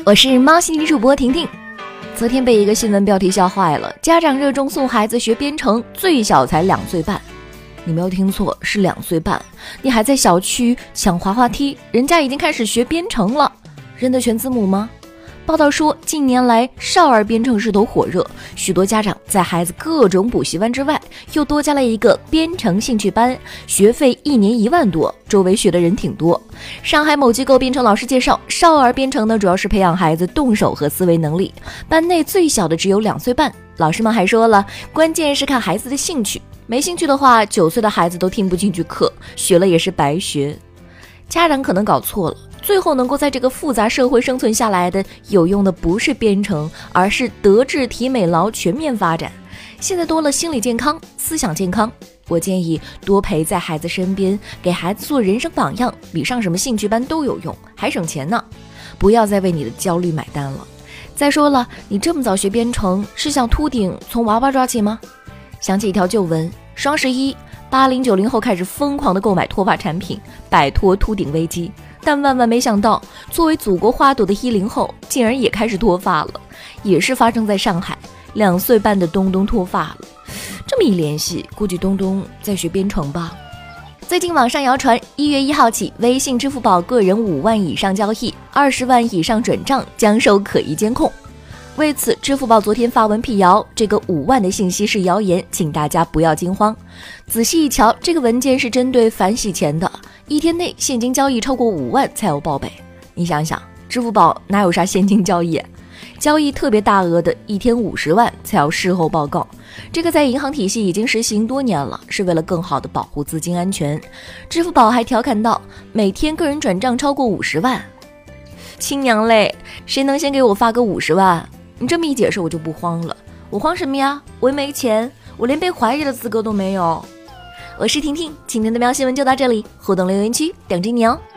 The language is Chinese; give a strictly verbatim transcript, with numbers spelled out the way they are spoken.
我是猫系女主播婷婷。昨天被一个新闻标题笑坏了，家长热衷送孩子学编程，最小才两岁半。你没有听错，是两岁半。你还在小区抢滑滑梯，人家已经开始学编程了。认得全字母吗？报道说，近年来少儿编程势头火热，许多家长在孩子各种补习班之外，又多加了一个编程兴趣班，学费一年一万多，周围学的人挺多。上海某机构编程老师介绍，少儿编程呢，主要是培养孩子动手和思维能力，班内最小的只有两岁半。老师们还说了，关键是看孩子的兴趣，没兴趣的话，九岁的孩子都听不进去课，学了也是白学。家长可能搞错了，最后能够在这个复杂社会生存下来的，有用的不是编程，而是德智体美劳全面发展。现在多了心理健康、思想健康，我建议多陪在孩子身边，给孩子做人生榜样，比上什么兴趣班都有用，还省钱呢。不要再为你的焦虑买单了。再说了，你这么早学编程，是想秃顶从娃娃抓起吗？想起一条旧闻，双十一八零九零后开始疯狂的购买脱发产品，摆脱秃顶危机。但万万没想到，作为祖国花朵的一零后，竟然也开始脱发了，也是发生在上海，两岁半的东东脱发了。这么一联系，估计东东在学编程吧。最近网上谣传，一月一号起，微信、支付宝个人五万以上交易、二十万以上转账将受可疑监控。为此，支付宝昨天发文辟谣，这个五万的信息是谣言，请大家不要惊慌。仔细一瞧，这个文件是针对反洗钱的，一天内现金交易超过五万才要报备。你想想，支付宝哪有啥现金交易？交易特别大额的，一天五十万才要事后报告。这个在银行体系已经实行多年了，是为了更好的保护资金安全。支付宝还调侃道，每天个人转账超过五十万，亲娘嘞，谁能先给我发个五十万？你这么一解释，我就不慌了。我慌什么呀？我又没钱，我连被怀疑的资格都没有。我是婷婷，今天的喵新闻就到这里，互动留言区等着你哦。